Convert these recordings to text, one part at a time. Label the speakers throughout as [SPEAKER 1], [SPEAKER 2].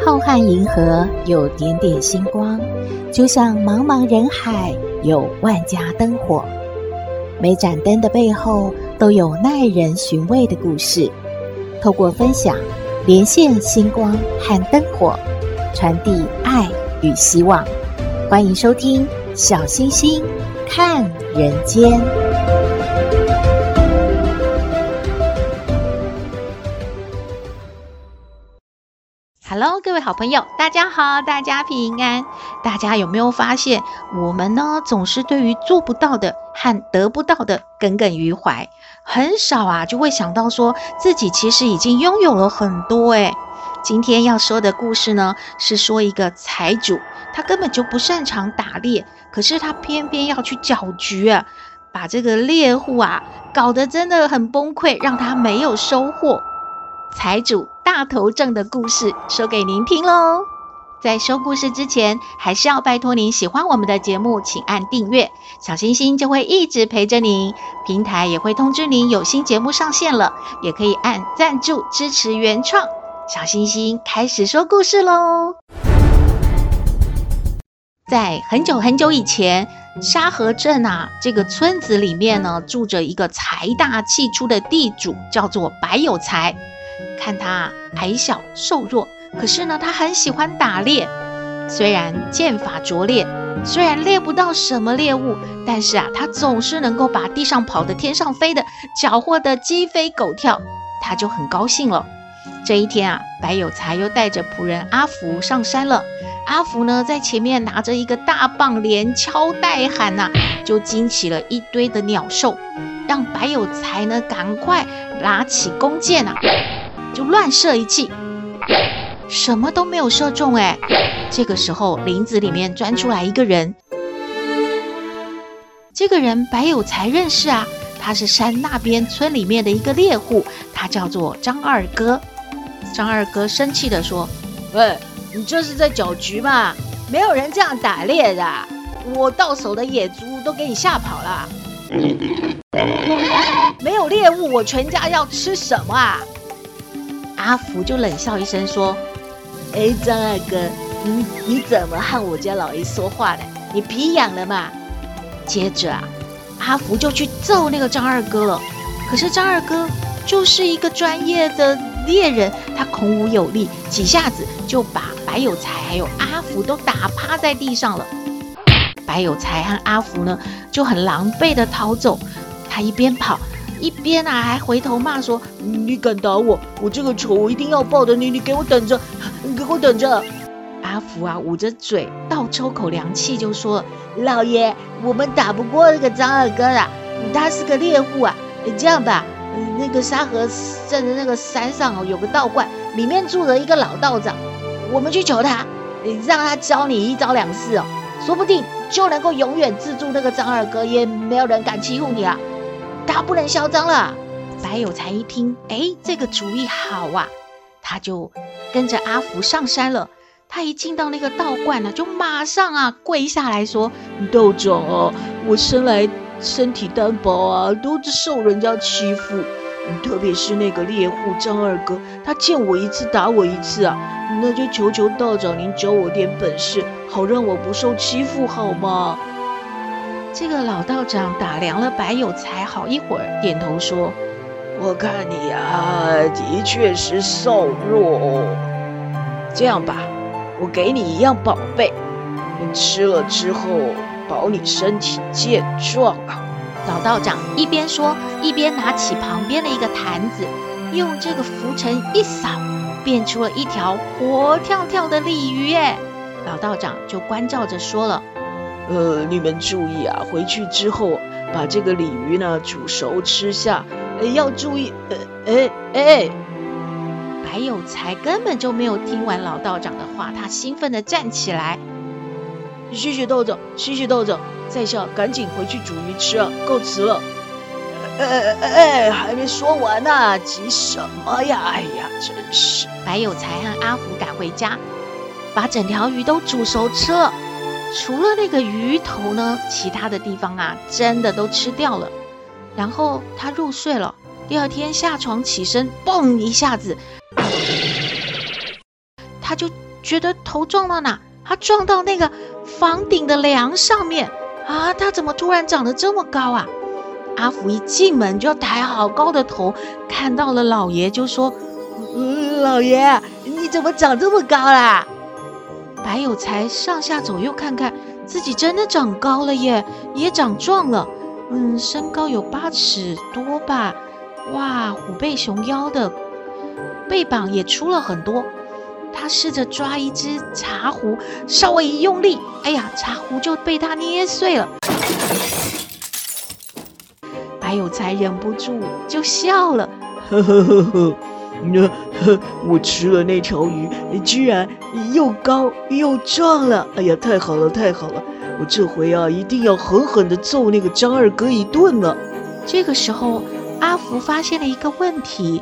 [SPEAKER 1] 浩瀚银河有点点星光，就像茫茫人海有万家灯火。每盏灯的背后都有耐人寻味的故事。透过分享，连线星光和灯火，传递爱与希望。欢迎收听小星星看人间。Hello， 各位好朋友，大家好，大家平安。大家有没有发现，我们呢总是对于做不到的和得不到的耿耿于怀，很少就会想到说自己其实已经拥有了很多。今天要说的故事呢，是说一个财主，他根本就不擅长打猎，可是他偏偏要去搅局把这个猎户搞得真的很崩溃，让他没有收获。财主大头症的故事说给您听咯。在说故事之前，还是要拜托您喜欢我们的节目，请按订阅，小星星就会一直陪着您，平台也会通知您有新节目上线了，也可以按赞助支持原创。小星星开始说故事咯。在很久很久以前，沙河镇这个村子里面呢，住着一个财大气粗的地主，叫做白有才。看他矮小瘦弱，可是呢他很喜欢打猎。虽然剑法拙劣，虽然猎不到什么猎物，但是他总是能够把地上跑的天上飞的缴获的鸡飞狗跳，他就很高兴了。这一天白有才又带着仆人阿福上山了。阿福呢在前面拿着一个大棒，连敲带喊就惊起了一堆的鸟兽，让白有才呢赶快拿起弓箭就乱射一气，什么都没有射中。这个时候林子里面钻出来一个人，这个人白有才认识他是山那边村里面的一个猎户，他叫做张二哥。张二哥生气地说：喂，你这是在搅局嘛？没有人这样打猎的，我到手的野猪都给你吓跑了。没有猎物，我全家要吃什么阿福就冷笑一声说：张二哥，你怎么和我家老爷说话呢？你皮痒了嘛？接着阿福就去揍那个张二哥了。可是张二哥就是一个专业的猎人，他孔武有力，几下子就把白有才还有阿福都打趴在地上了。白有才和阿福呢就很狼狈的逃走，他一边跑一边还回头骂说：你敢打我，我这个仇我一定要报的，你给我等着，你给我等着。阿福捂着嘴倒抽口凉气就说：老爷，我们打不过那个张二哥他是个猎户这样吧，那个沙河镇的那个山上有个道观，里面住了一个老道长，我们去求他，让他教你一招两式说不定就能够永远制住那个张二哥，也没有人敢欺负你他不能嚣张了。白有才一听，这个主意好他就跟着阿福上山了。他一进到那个道观就马上跪下来说：道长我生来身体单薄都受人家欺负，特别是那个猎户张二哥，他见我一次打我一次那就求求道长您教我点本事，好让我不受欺负好吗？这个老道长打量了白有才好一会儿，点头说：我看你的确是瘦弱这样吧，我给你一样宝贝，你吃了之后保你身体健壮老道长一边说，一边拿起旁边的一个坛子，用这个拂尘一扫，变出了一条活跳跳的鲤鱼老道长就关照着说了：你们注意回去之后把这个鲤鱼呢煮熟吃下，要注意白有才根本就没有听完老道长的话，他兴奋地站起来：谢谢道长，谢谢道长，在下赶紧回去煮鱼吃告辞了。还没说完呢，急什么呀？哎呀，真是！白有才和阿福赶回家，把整条鱼都煮熟吃了。除了那个鱼头呢，其他的地方真的都吃掉了。然后他入睡了。第二天下床起身，嘣一下子，他就觉得头撞到哪，他撞到那个房顶的梁上面啊！他怎么突然长得这么高啊？阿福一进门就抬好高的头，看到了老爷就说：老爷，你怎么长这么高啦？白有才上下左右看看，自己真的长高了耶，也长壮了。身高有8尺多吧。哇，虎背熊腰的，背膀也粗了很多。他试着抓一只茶壶，稍微一用力，哎呀，茶壶就被他捏碎了。白有才忍不住就笑了，呵呵呵呵，我吃了那条鱼，居然又高又壮了，哎呀，太好了太好了，我这回啊一定要狠狠地揍那个张二哥一顿了。这个时候，阿福发现了一个问题。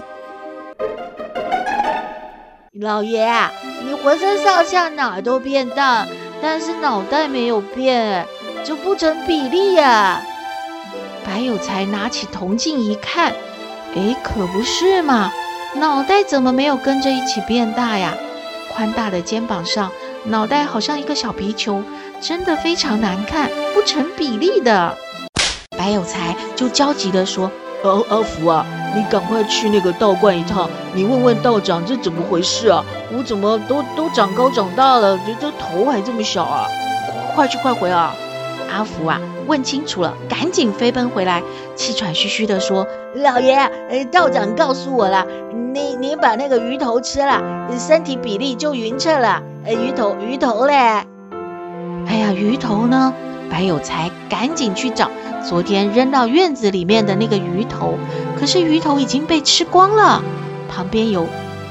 [SPEAKER 1] 老爷啊，你浑身上下哪儿都变大，但是脑袋没有变，这不成比例呀。白有才拿起铜镜一看，可不是嘛，脑袋怎么没有跟着一起变大呀？宽大的肩膀上，脑袋好像一个小皮球，真的非常难看，不成比例的。白有才就焦急地说：阿福啊，你赶快去那个道观一趟，你问问道长这怎么回事啊？我怎么都长高长大了，这头还这么小啊？快去快回啊！阿福啊，问清楚了，赶紧飞奔回来，气喘吁吁地说：老爷，道长告诉我了，你把那个鱼头吃了，身体比例就匀称了。鱼头嘞？哎呀，鱼头呢？白有才赶紧去找昨天扔到院子里面的那个鱼头，可是鱼头已经被吃光了。旁边有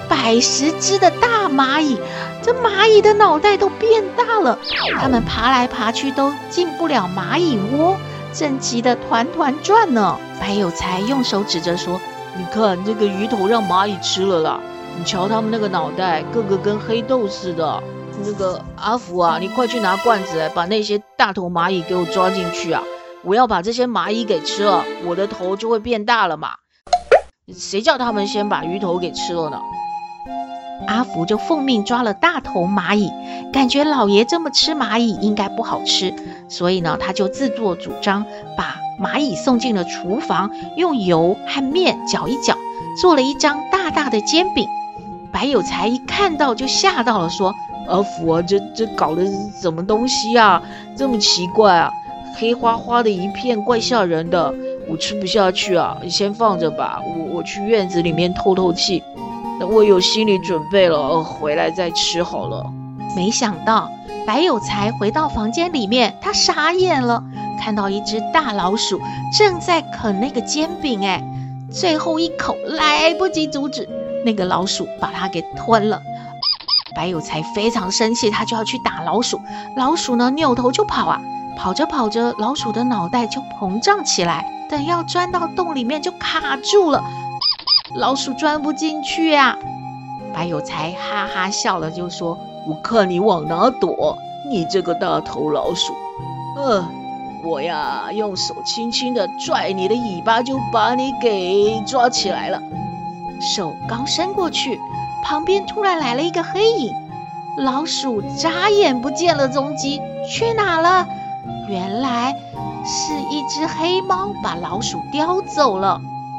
[SPEAKER 1] 110只的大蚂蚁，这蚂蚁的脑袋都变大了，它们爬来爬去都进不了蚂蚁窝，正急得团团转呢。白有才用手指着说：你看这个鱼头让蚂蚁吃了啦，你瞧它们那个脑袋个个跟黑豆似的。那个阿福啊，你快去拿罐子来，把那些大头蚂蚁给我抓进去啊！我要把这些蚂蚁给吃了，我的头就会变大了嘛。谁叫他们先把鱼头给吃了呢？阿福就奉命抓了大头蚂蚁，感觉老爷这么吃蚂蚁应该不好吃，所以呢，他就自作主张把蚂蚁送进了厨房，用油和面搅一搅，做了一张大大的煎饼。白有才一看到就吓到了，说：阿福啊，这搞的是什么东西啊？这么奇怪啊，黑花花的一片，怪吓人的，我吃不下去啊！你先放着吧，我去院子里面透透气。我有心理准备了，回来再吃好了。没想到白有才回到房间里面，他傻眼了，看到一只大老鼠正在啃那个煎饼，最后一口来不及阻止，那个老鼠把它给吞了。白有才非常生气，他就要去打老鼠。老鼠呢，扭头就跑啊，跑着跑着，老鼠的脑袋就膨胀起来，等要钻到洞里面就卡住了，老鼠钻不进去啊。白有才哈哈笑了，就说：我看你往哪躲，你这个大头老鼠。我呀，用手轻轻的拽你的尾巴，就把你给抓起来了。手刚伸过去，旁边突然来了一个黑影，老鼠眨眼不见了踪迹，去哪了？原来是一只黑猫把老鼠叼走了。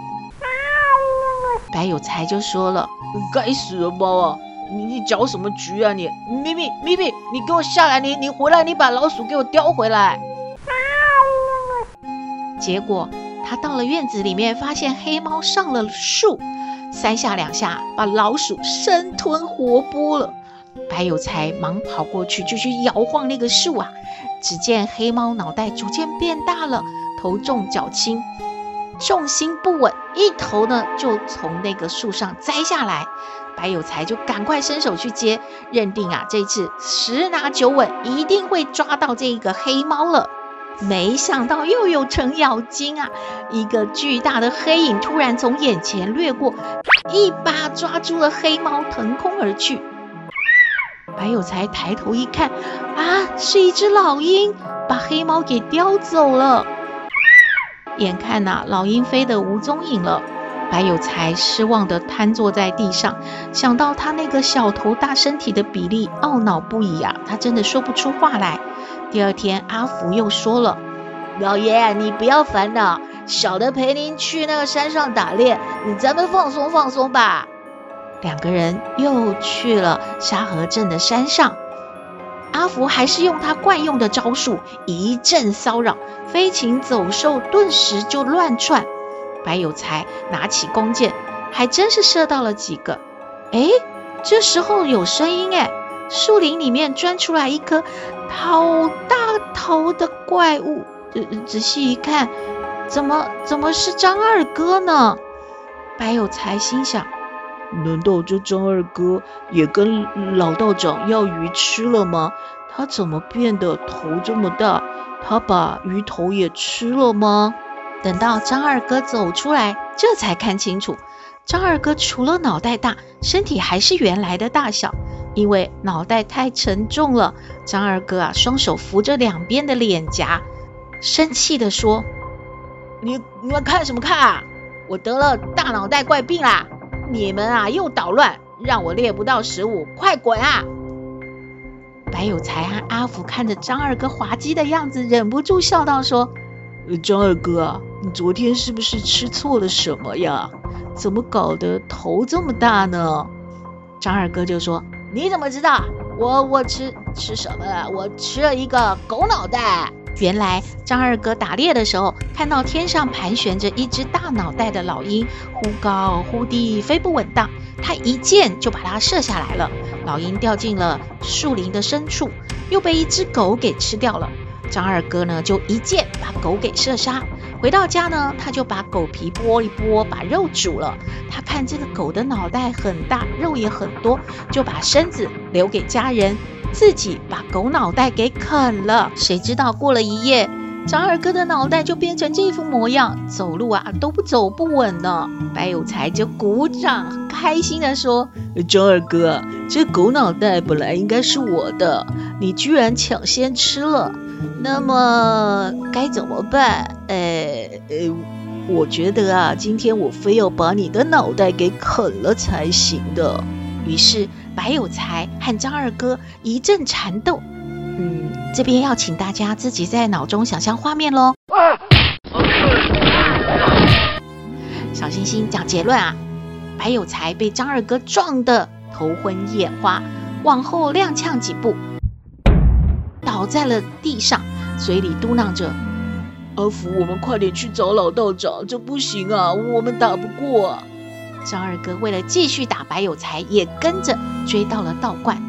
[SPEAKER 1] 白有才就说了：该死的猫啊，你搅什么局啊你？咪咪，你给我下来，你回来，你把老鼠给我叼回来。结果他到了院子里面，发现黑猫上了树，3下2下把老鼠生吞活剥了。白有才忙跑过去就去摇晃那个树啊，只见黑猫脑袋逐渐变大了，头重脚轻，重心不稳，一头呢就从那个树上栽下来。白有才就赶快伸手去接，认定啊这次10拿9稳，一定会抓到这个黑猫了。没想到又有程咬金啊，一个巨大的黑影突然从眼前掠过，一把抓住了黑猫，腾空而去。白有才抬头一看，是一只老鹰把黑猫给叼走了。眼看老鹰飞得无踪影了， 白有才失望地瘫坐在地上，想到他那个小头大身体的比例，懊恼不已啊！他真的说不出话来。第二天，阿福又说了：“老爷，你不要烦恼，小的陪您去那个山上打猎，咱们放松放松吧。”两个人又去了沙河镇的山上。阿福还是用他惯用的招数，一阵骚扰，飞禽走兽顿时就乱窜。白有才拿起弓箭，还真是射到了几个。这时候有声音树林里面钻出来一颗好大头的怪物。仔细一看，怎么是张二哥呢？白有才心想，难道这张二哥也跟老道长要鱼吃了吗？他怎么变得头这么大？他把鱼头也吃了吗？等到张二哥走出来，这才看清楚，张二哥除了脑袋大，身体还是原来的大小。因为脑袋太沉重了，张二哥双手扶着两边的脸颊，生气地说：“你们看什么看啊？我得了大脑袋怪病啦！你们又捣乱，让我猎不到食物，快滚啊！”白有才和阿福看着张二哥滑稽的样子，忍不住笑道说：“张二哥你昨天是不是吃错了什么呀？怎么搞得头这么大呢？”张二哥就说：“你怎么知道？我吃什么了？我吃了一个狗脑袋。”原来张二哥打猎的时候，看到天上盘旋着一只大脑袋的老鹰，忽高忽低，飞不稳当，他一箭就把它射下来了。老鹰掉进了树林的深处，又被一只狗给吃掉了。张二哥呢，就一箭把狗给射杀。回到家呢，他就把狗皮剥一剥，把肉煮了。他看这个狗的脑袋很大，肉也很多，就把身子留给家人，自己把狗脑袋给啃了。谁知道过了一夜，张二哥的脑袋就变成这副模样，走路都走不稳呢。白有才就鼓掌，开心地说：“张二哥，这狗脑袋本来应该是我的，你居然抢先吃了，那么该怎么办？我觉得今天我非要把你的脑袋给啃了才行的。”于是白有才和张二哥一阵缠斗。这边要请大家自己在脑中想象画面咯。小星星讲结论白有才被张二哥撞得头昏眼花，往后踉跄几步，倒在了地上，嘴里嘟囔着：“阿福，我们快点去找老道长，这不行我们打不过。”张二哥为了继续打白有才，也跟着追到了道观。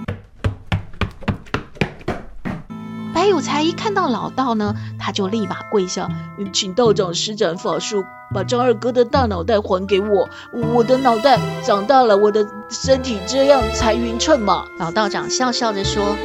[SPEAKER 1] 白有才一看到老道呢，他就立马跪下，请道长施展法术，把张二哥的大脑袋还给我。我的脑袋长大了，我的身体这样才匀称嘛。老道长笑笑着说：“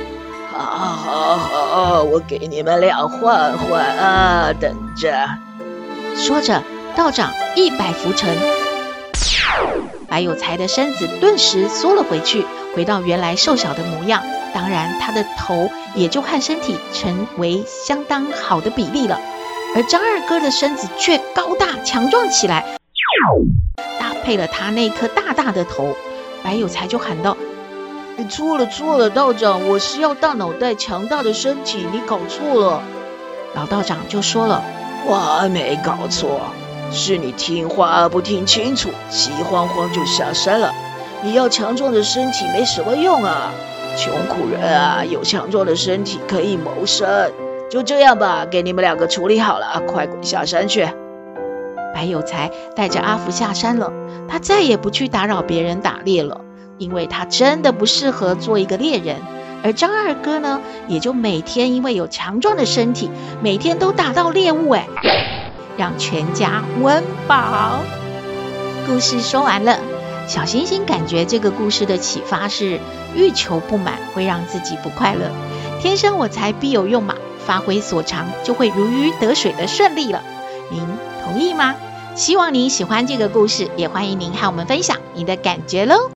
[SPEAKER 1] 好，我给你们俩换换等着。”说着，道长一摆拂尘，白有才的身子顿时缩了回去，回到原来瘦小的模样。当然他的头也就和身体成为相当好的比例了，而张二哥的身子却高大强壮起来，搭配了他那颗大大的头。白有才就喊道：“错了，道长，我是要大脑袋强大的身体，你搞错了。”老道长就说了：“我还没搞错，是你听话不听清楚，急慌慌就下山了。你要强壮的身体没什么用穷苦人有强壮的身体可以谋生。就这样吧，给你们两个处理好了，快滚下山去。”白有才带着阿福下山了，他再也不去打扰别人打猎了，因为他真的不适合做一个猎人。而张二哥呢，也就每天因为有强壮的身体，每天都打到猎物，让全家温饱。故事说完了，小星星感觉这个故事的启发是，欲求不满会让自己不快乐，天生我材必有用嘛，发挥所长就会如鱼得水的顺利了。您同意吗？希望您喜欢这个故事，也欢迎您和我们分享你的感觉咯。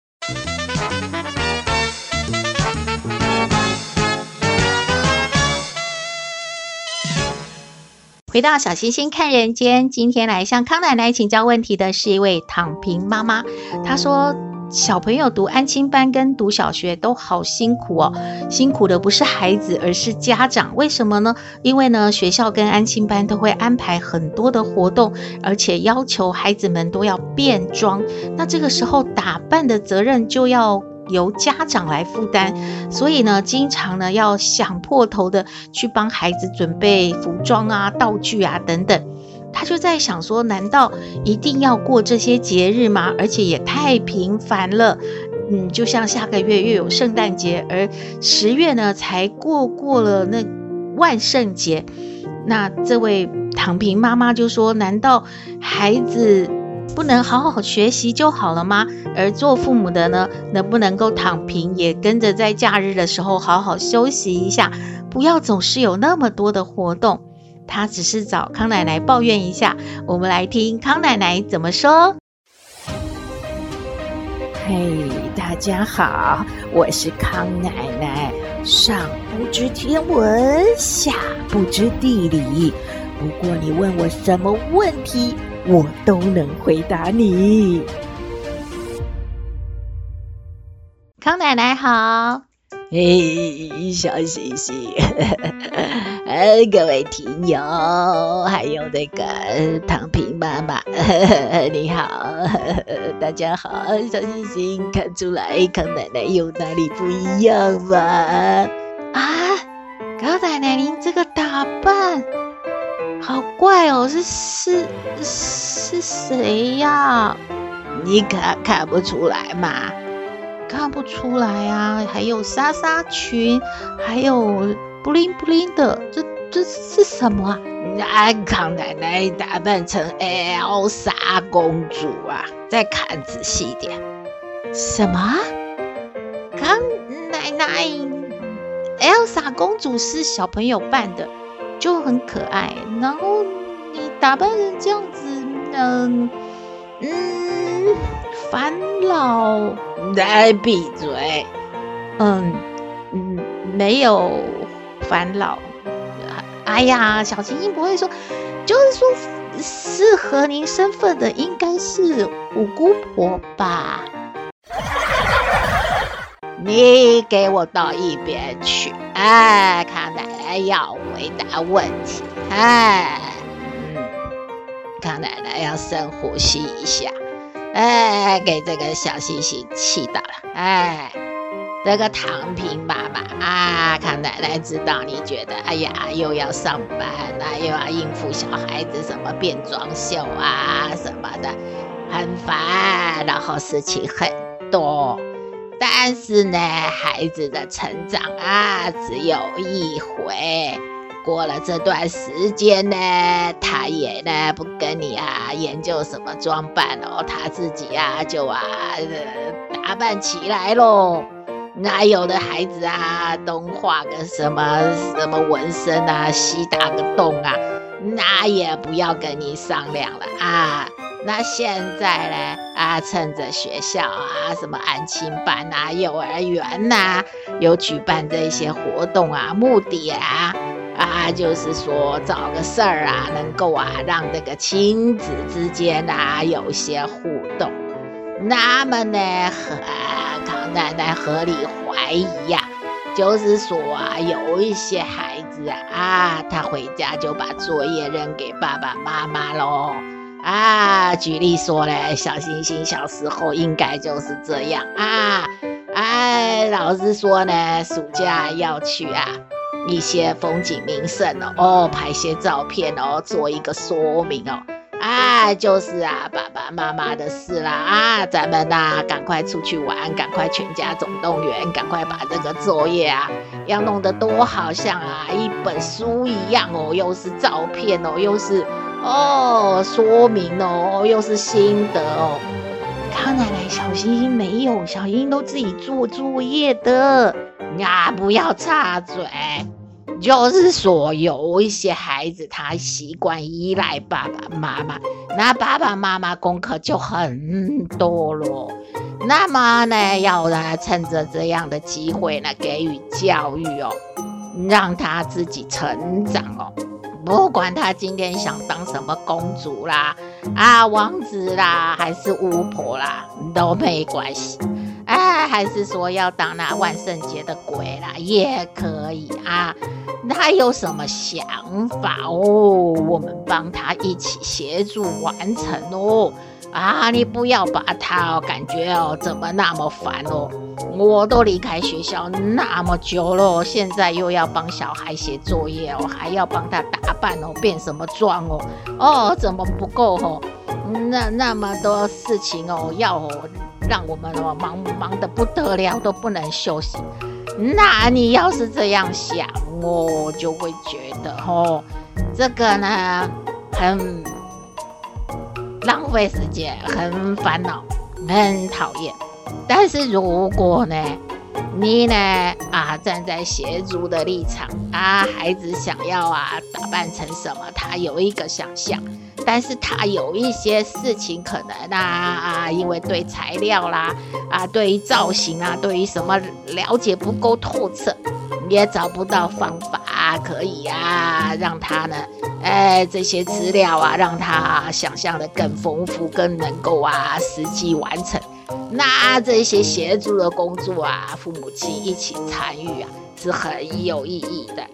[SPEAKER 1] 回到小星星看人间，今天来向康奶奶请教问题的是一位躺平妈妈。她说小朋友读安亲班跟读小学都好辛苦哦，辛苦的不是孩子，而是家长。为什么呢？因为呢，学校跟安亲班都会安排很多的活动，而且要求孩子们都要变装。那这个时候打扮的责任就要由家长来负担，所以呢，经常呢要想破头的去帮孩子准备服装啊、道具啊等等。他就在想说，难道一定要过这些节日吗？而且也太频繁了。就像下个月又有圣诞节，而10月呢才过了那万圣节。那这位躺平妈妈就说，难道孩子不能好好学习就好了吗？而做父母的呢，能不能够躺平，也跟着在假日的时候好好休息一下，不要总是有那么多的活动。他只是找康奶奶抱怨一下，我们来听康奶奶怎么说。
[SPEAKER 2] 嘿，大家好，我是康奶奶，上不知天文，下不知地理，不过你问我什么问题，我都能回答你。
[SPEAKER 1] 康奶奶好。
[SPEAKER 2] 嘿，小星星各位听友，还有那个躺平妈妈你好大家好。小星星看出来康奶奶有哪里不一样吗？
[SPEAKER 1] 康奶奶您这个打扮好怪哦，是谁呀？
[SPEAKER 2] 你看不出来吗？
[SPEAKER 1] 看不出来啊，还有纱纱裙，还有布灵布灵的，这是什么啊？
[SPEAKER 2] 康奶奶打扮成 Elsa 公主啊，再看仔细一点。
[SPEAKER 1] 什么？康奶奶 Elsa 公主是小朋友扮的，就很可爱，然后你打扮成这样子，烦恼。
[SPEAKER 2] 来闭嘴。
[SPEAKER 1] 没有烦恼。哎呀，小星星不会说，就是说适合您身份的应该是五姑婆吧？
[SPEAKER 2] 你给我到一边去！康奶奶要回答问题。康奶奶要深呼吸一下。给这个小星星气到了。这个躺平妈妈康奶奶知道你觉得又要上班又要应付小孩子什么变装秀什么的，很烦，然后事情很多。但是呢，孩子的成长只有一回，过了这段时间呢，他也呢不跟你研究什么装扮他自己就打扮起来咯。那有的孩子东画个什么纹身西打个洞那也不要跟你商量了那现在呢趁着学校什么安亲班幼儿园有举办这些活动目的就是说找个事儿能够让这个亲子之间有一些互动。那么呢康奶奶合理怀疑就是说有一些孩子他回家就把作业扔给爸爸妈妈咯。举例说呢，小星星小时候应该就是这样老师说呢，暑假要去一些风景名胜拍些照片做一个说明就是爸爸妈妈的事啦咱们赶快出去玩，赶快全家总动员，赶快把这个作业要弄得多好像一本书一样又是照片又是说明又是心得康奶奶，小星星没有，小星星都自己做作业的不要插嘴。就是说有一些孩子他习惯依赖爸爸妈妈，那爸爸妈妈功课就很多咯。那么呢要趁着这样的机会呢给予教育让他自己成长不管他今天想当什么公主啦、王子啦，还是巫婆啦，都没关系。还是说要当那万圣节的鬼啦，也可以啊。他有什么想法哦，我们帮他一起协助完成哦。你不要把他感觉怎么那么烦哦。我都离开学校那么久了，现在又要帮小孩写作业哦，还要帮他打扮哦，变什么妆哦，怎么不够哦？那么多事情哦，要让我们忙得不得了，都不能休息。那你要是这样想，我就会觉得这个呢很浪费时间，很烦恼，很讨厌。但是如果呢，你呢站在协助的立场孩子想要打扮成什么，他有一个想象，但是他有一些事情可能因为对材料啦对于造型对于什么了解不够透彻，也找不到方法可以让他呢这些资料让他想象的更丰富，更能够实际完成。那这些协助的工作父母亲一起参与是很有意义的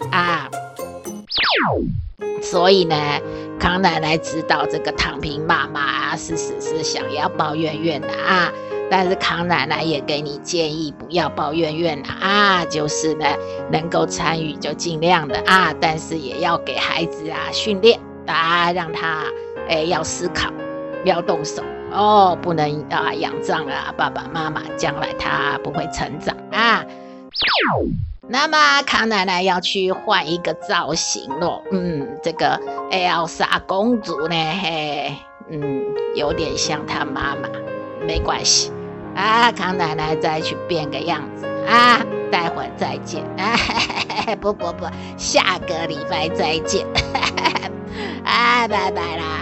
[SPEAKER 2] 所以呢，康奶奶知道这个躺平妈妈是想要抱怨怨的但是康奶奶也给你建议不要抱怨怨就是呢能够参与就尽量的但是也要给孩子训练让他要思考，要动手不能仰仗爸爸妈妈，将来他不会成长那么康奶奶要去换一个造型咯这个Elsa 公主呢有点像她妈妈，没关系康奶奶再去变个样子待会儿再见不下个礼拜再见拜拜啦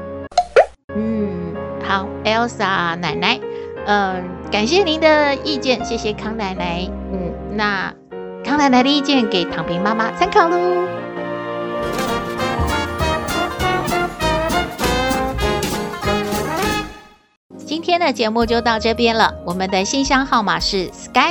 [SPEAKER 2] 好 Elsa 奶奶感谢您的意见，谢谢康奶奶那康奶奶的意见给躺平妈妈参考咯。今天的节目就到这边了，我们的信箱号码是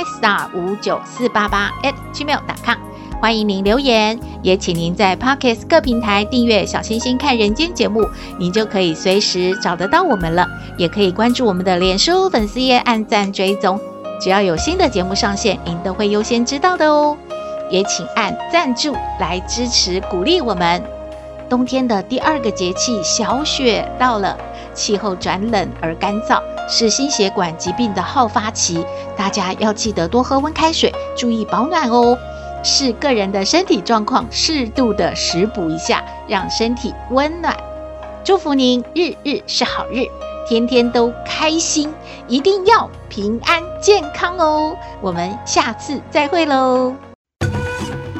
[SPEAKER 2] skystar59488@gmail.com， 欢迎您留言，也请您在 Podcast 各平台订阅小星星看人间节目，您就可以随时找得到我们了，也可以关注我们的脸书粉丝页按赞追踪，只要有新的节目上线，您都会优先知道的哦。也请按赞助来支持鼓励我们。冬天的第二个节气小雪到了，气候转冷而干燥，是心血管疾病的好发期，大家要记得多喝温开水，注意保暖哦。视个人的身体状况，适度的食补一下，让身体温暖。祝福您日日是好日，天天都开心，一定要平安健康哦。我们下次再会喽。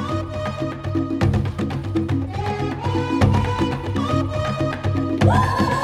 [SPEAKER 3] 哇